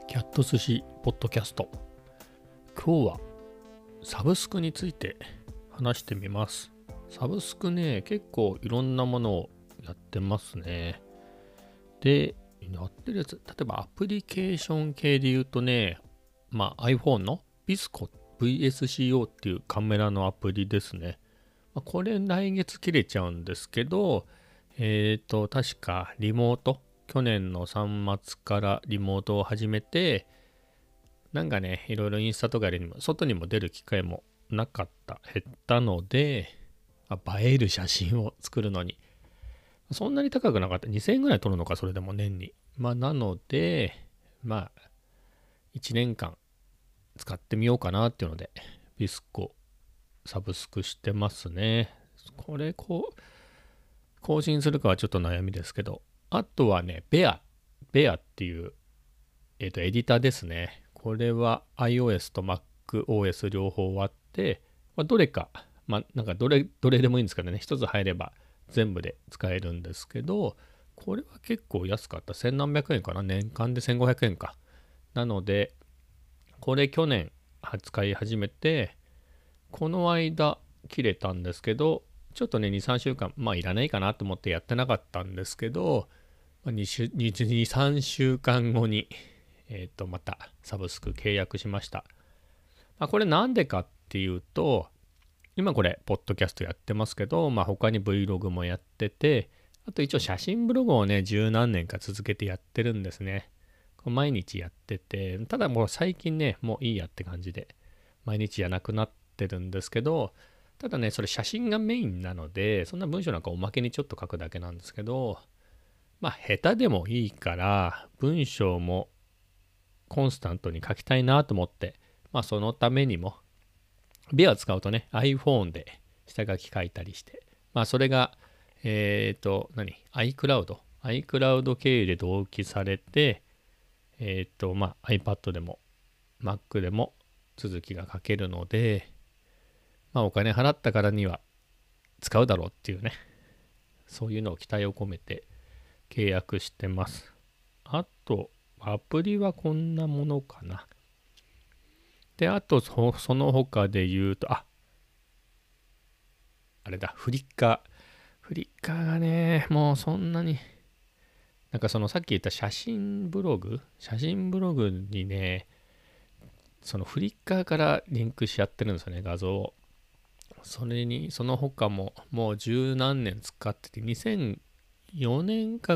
キャット寿司ポッドキャスト。今日はサブスクについて話してみます。サブスクね、結構いろんなものをやってますね。で、やってるやつ、例えばアプリケーション系で言うとね、iPhone の VSCO VSCO っていうカメラのアプリですね。これ来月切れちゃうんですけど、確かリモート、去年の3月からリモートを始めて、なんかね、いろいろインスタとかでも外にも出る機会もなかった、減ったので、映える写真を作るのに、そんなに高くなかった。2000円ぐらい取るのか、それでも年に。なので、1年間使ってみようかなっていうので、ビスコサブスクしてますね。これ、更新するかはちょっと悩みですけど、あとはね、ベアっていう、エディターですね。これは iOS と MacOS 両方あって、どれか、なんかどれでもいいんですけどね、一つ入れば全部で使えるんですけど、これは結構安かった。千何百円かな。年間で1500円か。なので、これ去年使い始めて、この間切れたんですけど、ちょっとね、2、3週間、いらないかなと思ってやってなかったんですけど、2、3週間後に、またサブスク契約しました。これなんでかっていうと、今これ、ポッドキャストやってますけど、他に Vlog もやってて、あと一応写真ブログをね、十何年か続けてやってるんですね。毎日やってて、ただもう最近ね、もういいやって感じで、毎日じゃなくなってるんですけど、ただね、それ写真がメインなので、そんな文章なんかおまけにちょっと書くだけなんですけど、下手でもいいから、文章もコンスタントに書きたいなと思って、そのためにも、ベア使うとね、iPhone で下書き書いたりして、それが、iCloud 経由で同期されて、iPad でも Mac でも続きが書けるので、お金払ったからには使うだろうっていうね、そういうのを期待を込めて契約してます。あと、アプリはこんなものかな。で、あとその他で言うと、あれだ、フリッカーがね、もうそんなに、なんかそのさっき言った写真ブログにね、そのフリッカーからリンクしちゃってるんですよね、画像を。それに、その他ももう十何年使ってて、2004年か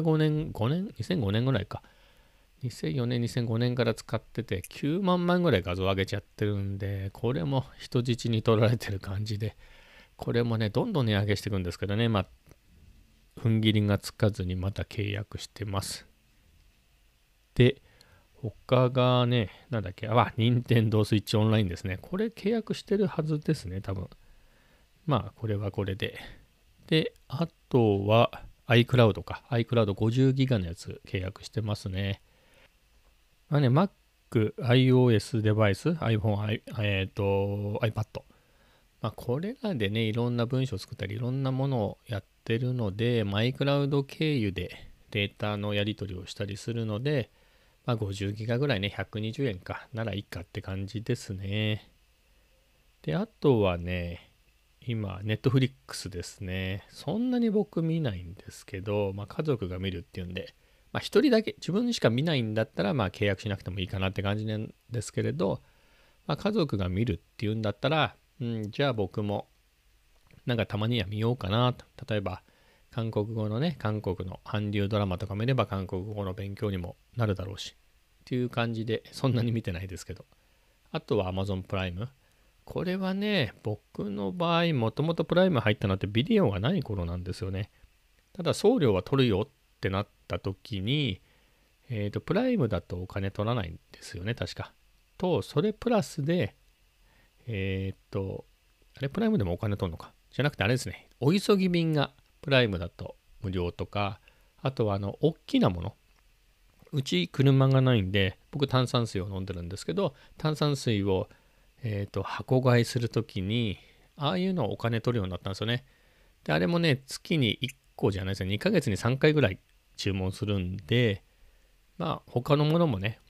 2005年ぐらいか。2004年、2005年から使ってて、9万枚ぐらい画像上げちゃってるんで、これも人質に取られてる感じで、これもね、どんどん値上げしていくんですけどね、踏ん切りがつかずにまた契約してます。で、他がね、なんだっけ、任天堂スイッチオンラインですね。これ契約してるはずですね、多分。これはこれで。で、あとは iCloud か。iCloud50 ギガのやつ契約してますね。Mac、iOS デバイス、iPhone、iPad。これらでね、いろんな文章を作ったり、いろんなものをやってるので、iCloud 経由でデータのやり取りをしたりするので、50ギガぐらいね、120円か、ならいいかって感じですね。で、あとはね、今、Netflix ですね。そんなに僕見ないんですけど、家族が見るっていうんで、一人だけ、自分しか見ないんだったら、契約しなくてもいいかなって感じなんですけれど、家族が見るっていうんだったら、じゃあ僕も、なんかたまには見ようかなと。例えば、韓国語のね、韓国の韓流ドラマとか見れば韓国語の勉強にもなるだろうし、っていう感じで、そんなに見てないですけど。あとは Amazon プライム。これはね、僕の場合、もともとプライム入ったのってビデオがない頃なんですよね。ただ送料は取るよってなった時に、プライムだとお金取らないんですよね、確か。と、それプラスで、あれプライムでもお金取るのか。じゃなくてあれですね、お急ぎ便がプライムだと無料とか、あとは大きなもの。うち車がないんで、僕炭酸水を飲んでるんですけど、炭酸水を箱買いするときに、ああいうのをお金取るようになったんですよね。で、あれもね、月に1個じゃないですよ。2ヶ月に3回ぐらい注文するんで、他のものもね、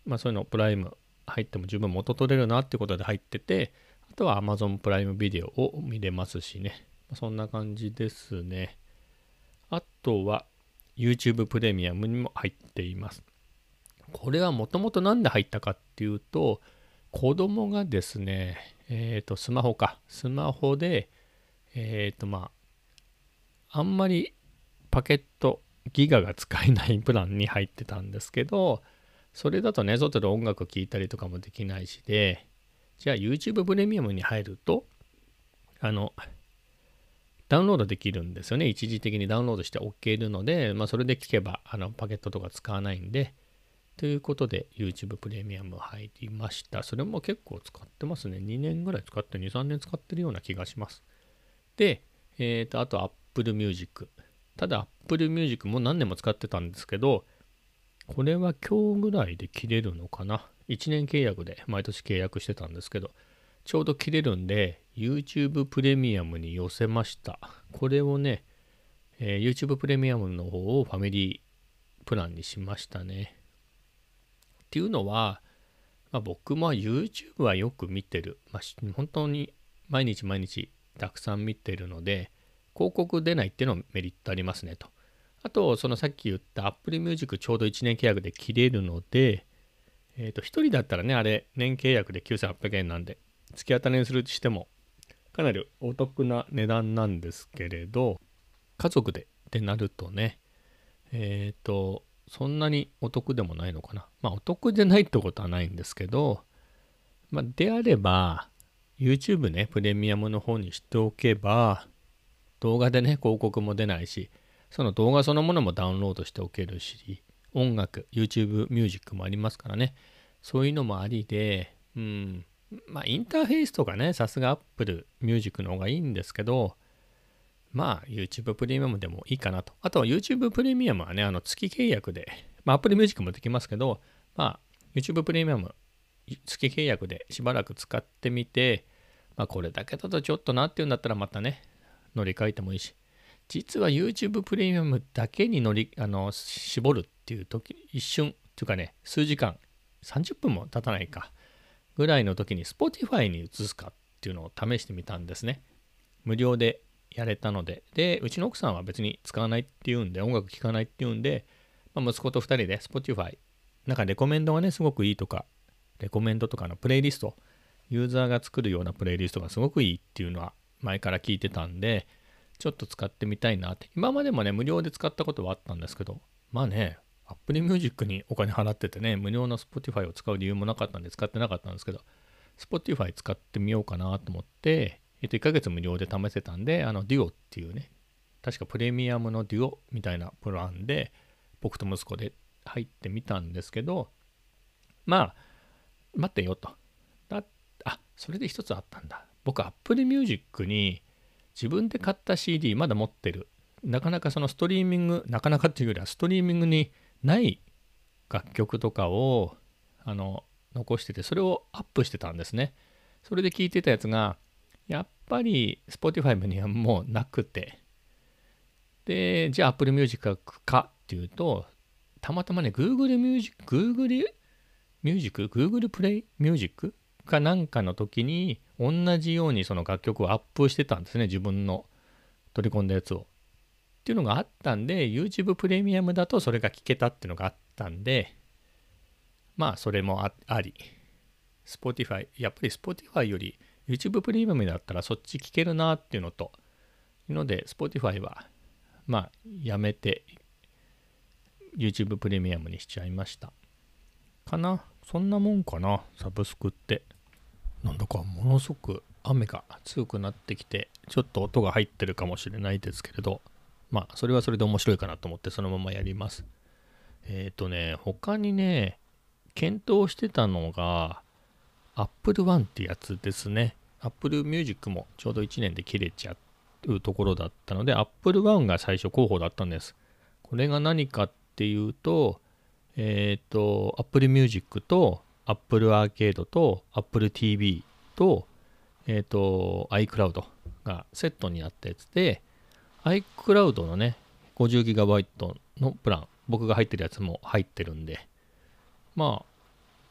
そういうのプライム入っても十分元取れるなってことで入ってて、あとは Amazon プライムビデオを見れますしね。そんな感じですね。あとは YouTube プレミアムにも入っています。これはもともとなんで入ったかっていうと、子供がですね、スマホで、あんまりパケット、ギガが使えないプランに入ってたんですけど、それだとね、外で音楽聴いたりとかもできないしで、じゃあ YouTube プレミアムに入ると、ダウンロードできるんですよね。一時的にダウンロードしておけるので、それで聞けばパケットとか使わないんで、ということで YouTube プレミアム入りました。それも結構使ってますね。2年ぐらい使って、2、3年使ってるような気がします。で、あと Apple Music。ただ Apple Music も何年も使ってたんですけど、これは今日ぐらいで切れるのかな。1年契約で毎年契約してたんですけど、ちょうど切れるんで YouTube プレミアムに寄せました。これをね、YouTube プレミアムの方をファミリープランにしましたね。っていうのは、僕も YouTube はよく見てる。本当に毎日たくさん見てるので、広告出ないっていうのメリットありますねと。あと、そのさっき言った Apple Music ちょうど1年契約で切れるので、1人だったらね、あれ、年契約で9800円なんで、月当たりにするとしても、かなりお得な値段なんですけれど、家族でってなるとね、そんなにお得でもないのかな。お得でないってことはないんですけど、であれば、YouTube ね、プレミアムの方にしておけば、動画でね、広告も出ないし、その動画そのものもダウンロードしておけるし、音楽、YouTube ミュージックもありますからね、そういうのもありで、インターフェースとかね、さすが Apple Music の方がいいんですけど、YouTube プレミアムでもいいかなと。あとは YouTube プレミアムはね、月契約で、Apple Music もできますけど、YouTube プレミアム、月契約でしばらく使ってみて、これだけだとちょっとなっていうんだったらまたね、乗り換えてもいいし、実は YouTube プレミアムだけに絞るっていう時、一瞬、というかね、数時間、30分も経たないか、ぐらいの時に Spotify に移すかっていうのを試してみたんですね。無料でやれたので。で、うちの奥さんは別に使わないっていうんで、音楽聴かないっていうんで、息子と2人で Spotify、なんかレコメンドがね、すごくいいとか、レコメンドとかのプレイリスト、ユーザーが作るようなプレイリストがすごくいいっていうのは前から聞いてたんで、ちょっと使ってみたいなって。今までもね、無料で使ったことはあったんですけど、Apple Music にお金払っててね、無料の Spotify を使う理由もなかったんで使ってなかったんですけど、Spotify 使ってみようかなと思って、1ヶ月無料で試せたんで、Duo っていうね、確かプレミアムの Duo みたいなプランで、僕と息子で入ってみたんですけど、待ってよと。それで一つあったんだ。僕、Apple Music に自分で買った CD まだ持ってる。なかなかそのストリーミング、なかなかっていうよりはストリーミングにない楽曲とかを残してて、それをアップしてたんですね。それで聴いてたやつが、やっぱり Spotify にはもうなくて、で、じゃあ Apple Music かっていうと、たまたまね、Google Play Music かなんかの時に、同じようにその楽曲をアップしてたんですね。自分の取り込んだやつを。っていうのがあったんで、YouTube プレミアムだとそれが聞けたっていうのがあったんで、それもあり。Spotify、やっぱり Spotify より YouTube プレミアムだったらそっち聞けるなっていうのと、ので Spotify はやめて YouTube プレミアムにしちゃいましたかな。そんなもんかな、サブスクって。なんだかものすごく雨が強くなってきて、ちょっと音が入ってるかもしれないですけれど、それはそれで面白いかなと思ってそのままやります。他にね、検討してたのが Apple One ってやつですね。Apple Music もちょうど1年で切れちゃうところだったので、Apple One が最初候補だったんです。これが何かっていうと、Apple Music と Apple Arcade と Apple TV と、iCloud がセットになったやつで、iCloud のね、50GB のプラン、僕が入ってるやつも入ってるんで、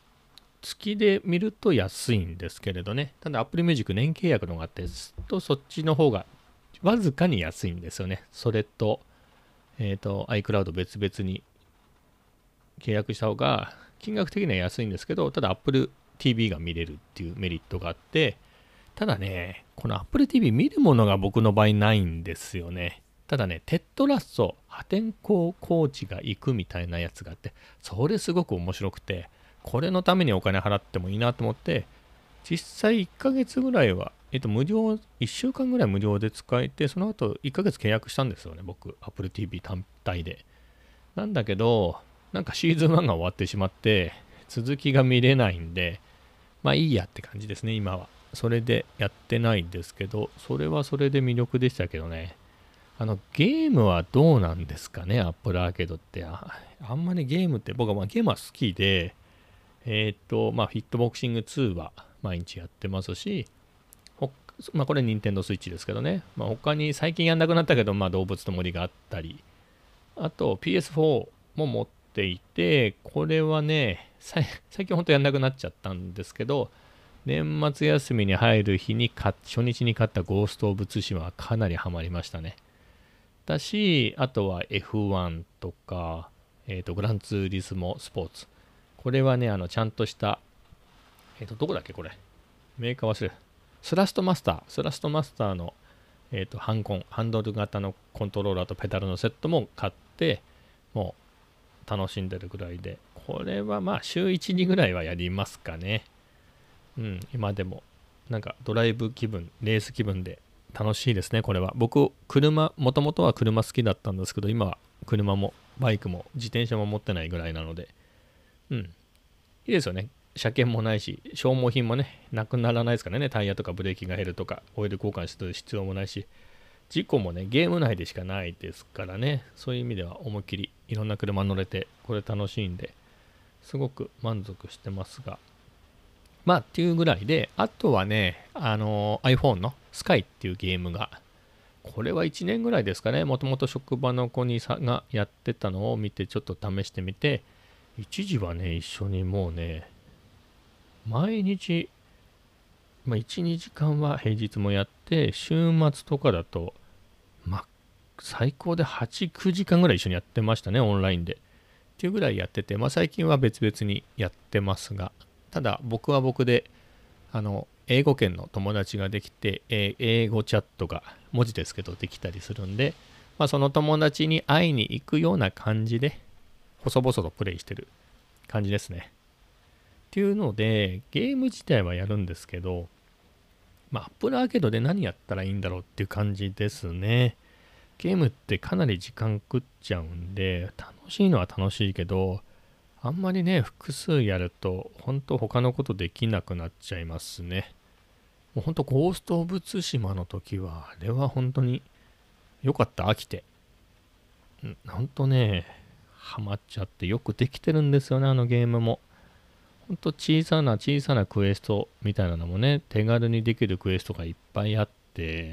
月で見ると安いんですけれどね。ただ Apple Music 年契約のがあって、そっちの方がわずかに安いんですよね。それと、iCloud 別々に契約した方が金額的には安いんですけど、ただ Apple TV が見れるっていうメリットがあって、ただね、この Apple TV 見るものが僕の場合ないんですよね。ただね、テッドラッソ、破天荒コーチが行くみたいなやつがあって、それすごく面白くて、これのためにお金払ってもいいなと思って、実際1ヶ月ぐらいは、無料、1週間ぐらい無料で使えて、その後1ヶ月契約したんですよね、僕、Apple TV 単体で。なんだけど、なんかシーズン1が終わってしまって、続きが見れないんで、まあいいやって感じですね、今は。それでやってないんですけど、それはそれで魅力でしたけどね。ゲームはどうなんですかね、Apple アーケードって。あんまりゲームって、僕はまあゲームは好きで、まあフィットボクシング2は毎日やってますし、まあこれ Nintendo Switch ですけどね。まあ他に最近やんなくなったけど、まあ動物の森があったり、あと PS4 も持っていて、これはね、最近本当やんなくなっちゃったんですけど、年末休みに入る日に初日に買ったゴースト・オブ・ツシマはかなりハマりましたね。だし、あとは F1 とか、グランツーリスモスポーツ。これはね、ちゃんとした、どこだっけこれ。メーカー忘れる。スラストマスターの、ハンドル型のコントローラーとペダルのセットも買って、もう楽しんでるぐらいで、これはまあ週1、2ぐらいはやりますかね。うん、今でも、なんかドライブ気分、レース気分で楽しいですね、これは。僕、もともとは車好きだったんですけど、今は車もバイクも自転車も持ってないぐらいなので、うん、いいですよね。車検もないし、消耗品もね、なくならないですからね、タイヤとかブレーキが減るとか、オイル交換する必要もないし、事故もね、ゲーム内でしかないですからね、そういう意味では思いっきりいろんな車乗れて、これ楽しいんで、すごく満足してますが、まあっていうぐらいで、あとはね、iPhone の Sky っていうゲームが、これは1年ぐらいですかね、もともと職場の子がやってたのを見てちょっと試してみて、一時はね、一緒にもうね、毎日、まあ、1、2時間は平日もやって、週末とかだと、まあ、最高で8、9時間ぐらい一緒にやってましたね、オンラインで。っていうぐらいやってて、まあ、最近は別々にやってますが、ただ僕は僕で、英語圏の友達ができて、英語チャットが文字ですけどできたりするんで、まあ、その友達に会いに行くような感じで、細々とプレイしてる感じですね。っていうので、ゲーム自体はやるんですけど、まあ、Apple アーケードで何やったらいいんだろうっていう感じですね。ゲームってかなり時間食っちゃうんで、楽しいのは楽しいけど、あんまりね、複数やると、本当他のことできなくなっちゃいますね。もう本当ゴースト・オブ・ツシマの時は、あれは本当に良かった、飽きて。本当ね、ハマっちゃってよくできてるんですよね、あのゲームも。ほんと小さな小さなクエストみたいなのもね、手軽にできるクエストがいっぱいあって、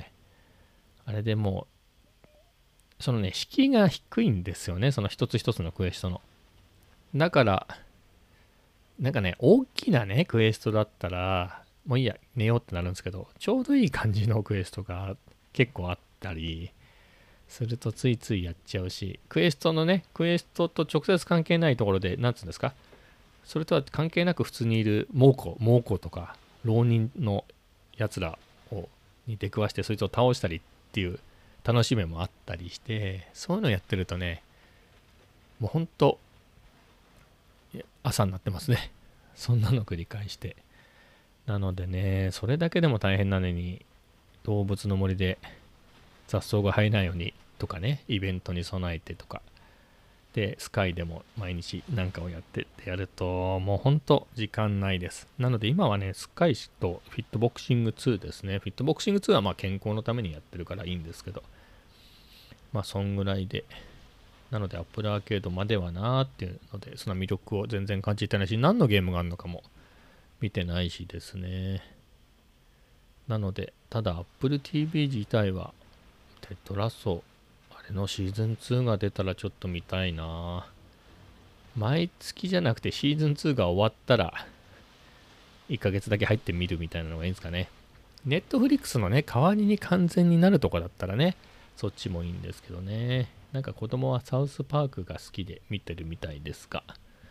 あれでもう、そのね、敷居が低いんですよね、その一つ一つのクエストの。だから、なんかね、大きなね、クエストだったら、もういいや、寝ようってなるんですけど、ちょうどいい感じのクエストが結構あったりするとついついやっちゃうし、クエストと直接関係ないところで、なんつうんですか、それとは関係なく普通にいる猛虎とか浪人のやつらに出くわしてそいつを倒したりっていう楽しみもあったりして、そういうのやってるとね、もうほんと朝になってますね。そんなの繰り返して。なのでね、それだけでも大変なのに、動物の森で雑草が生えないようにとかね、イベントに備えてとか、で、スカイでも毎日なんかをやってってやると、もうほんと時間ないです。なので今はね、スカイとフィットボクシング2ですね。フィットボクシング2はまあ健康のためにやってるからいいんですけど、まあそんぐらいで、なので Apple アーケードまではなーっていうので、その魅力を全然感じてないし、何のゲームがあるのかも見てないしですね。なので、ただ Apple TV 自体は、テトラソ、あれのシーズン2が出たらちょっと見たいな。毎月じゃなくてシーズン2が終わったら 1ヶ月だけ入ってみるみたいなのがいいんですかね。ネットフリックスのね、代わりに完全になるとこだったらね、そっちもいいんですけどね。なんか子供はサウスパークが好きで見てるみたいですが、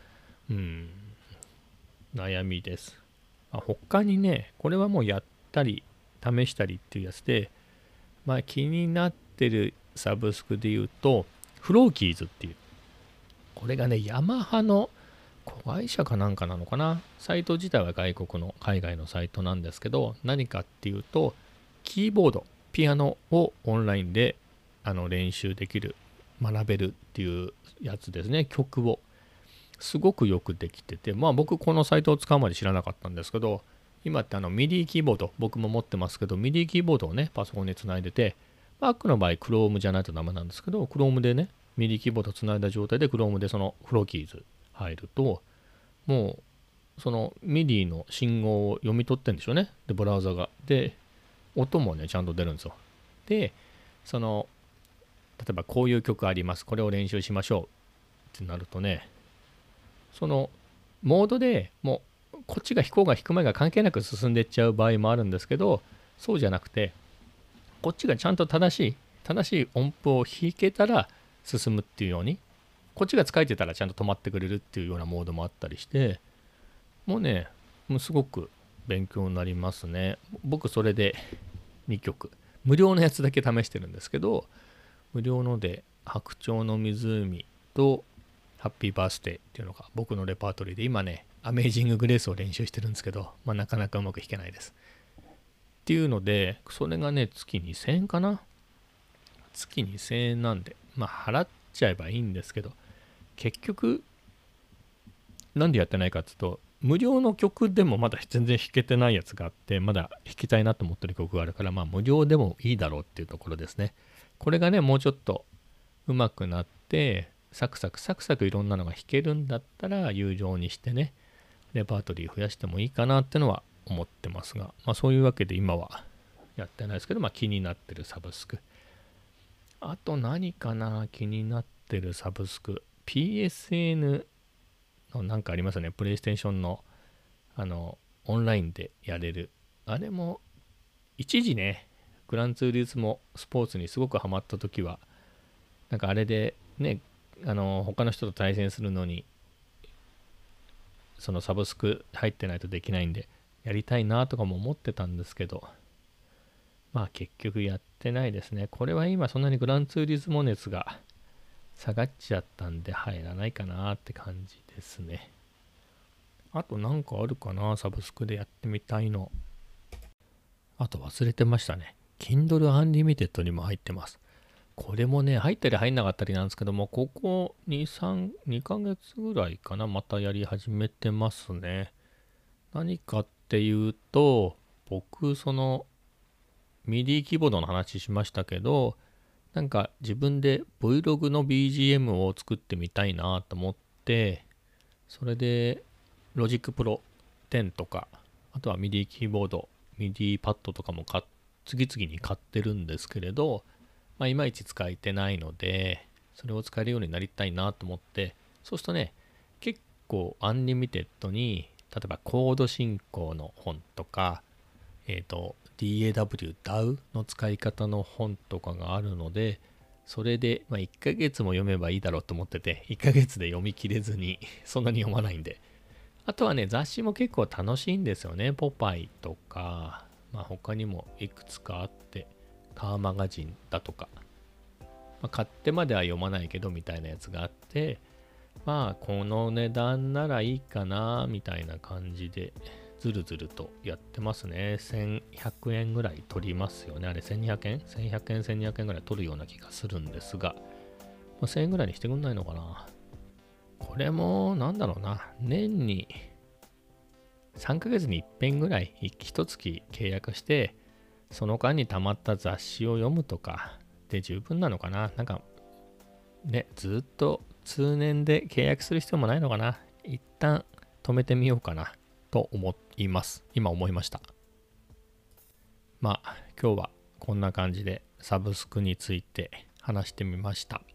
悩みです。他にね、これはもうやったり、試したりっていうやつで、気になってるサブスクで言うと、フローキーズっていう、これがね、ヤマハの子会社かなんかなのかな。サイト自体は海外のサイトなんですけど、何かっていうと、キーボード、ピアノをオンラインで練習できる、学べるっていうやつですね。曲を。すごくよくできてて、僕このサイトを使うまで知らなかったんですけど、今ってミディキーボード、僕も持ってますけど、ミディキーボードをね、パソコンにつないでて、Mac の場合、Chrome じゃないとダメなんですけど、Chrome でね、ミディキーボードをつないだ状態で Chrome でそのフローキーズ入ると、もうそのミディの信号を読み取ってんでしょうね。で、ブラウザが。で、音もね、ちゃんと出るんですよ。で、例えばこういう曲あります。これを練習しましょうってなるとね、そのモードでもうこっちが弾こうが弾く前が関係なく進んでいっちゃう場合もあるんですけど、そうじゃなくて、こっちがちゃんと正しい音符を弾けたら進むっていうように、こっちが使えてたらちゃんと止まってくれるっていうようなモードもあったりして、もうすごく勉強になりますね。僕それで2曲、無料のやつだけ試してるんですけど、無料ので白鳥の湖とハッピーバースデーっていうのが僕のレパートリーで、今ね、アメイジンググレースを練習してるんですけど、なかなかうまく弾けないです。っていうので、それがね、月2000円かな。月2000円なんで、払っちゃえばいいんですけど、結局、なんでやってないかっていうと、無料の曲でもまだ全然弾けてないやつがあって、まだ弾きたいなと思ってる曲があるから、無料でもいいだろうっていうところですね。これがね、もうちょっと上手くなって、サクサクいろんなのが弾けるんだったら、有料にしてね、レパートリー増やしてもいいかなってのは思ってますが、そういうわけで今はやってないですけど、気になってるサブスク。あと何かな、気になってるサブスク。PSN のなんかありますよね。プレイステーションのオンラインでやれる。あれも一時ね、グランツーリスモスポーツにすごくハマった時は、なんかあれでね、他の人と対戦するのに、そのサブスク入ってないとできないんで、やりたいなとかも思ってたんですけど、結局やってないですね。これは今そんなにグランツーリスモ熱が下がっちゃったんで入らないかなって感じですね。あとなんかあるかな、サブスクでやってみたいの。あと忘れてましたね。Kindle Unlimited にも入ってます。これもね、入ったり入んなかったりなんですけども、ここ2ヶ月ぐらいかな、またやり始めてますね。何かっていうと、僕、ミディキーボードの話しましたけど、なんか自分で Vlog の BGM を作ってみたいなと思って、それで Logic Pro 10とか、あとはミディキーボード、ミディパッドとかも次々に買ってるんですけれど、いまいち使えてないので、それを使えるようになりたいなと思って、そうするとね、結構アンリミテッドに、例えばコード進行の本とか、DAW の使い方の本とかがあるので、それで、1ヶ月も読めばいいだろうと思ってて、1ヶ月で読み切れずにそんなに読まないんで。あとはね、雑誌も結構楽しいんですよね。ポパイとか、他にもいくつかあって、カーマガジンだとか、買ってまでは読まないけどみたいなやつがあって、この値段ならいいかなみたいな感じでずるずるとやってますね。1100円ぐらい取りますよね。あれ1200円 ?1100 円、1200円ぐらい取るような気がするんですが、1000円ぐらいにしてくんないのかな。これもなんだろうな、年に3ヶ月に一遍ぐらい一月契約して、その間に溜まった雑誌を読むとかで十分なのかな。なんかね、ずっと通年で契約する必要もないのかな。一旦止めてみようかなと思います。今思いました。今日はこんな感じでサブスクについて話してみました。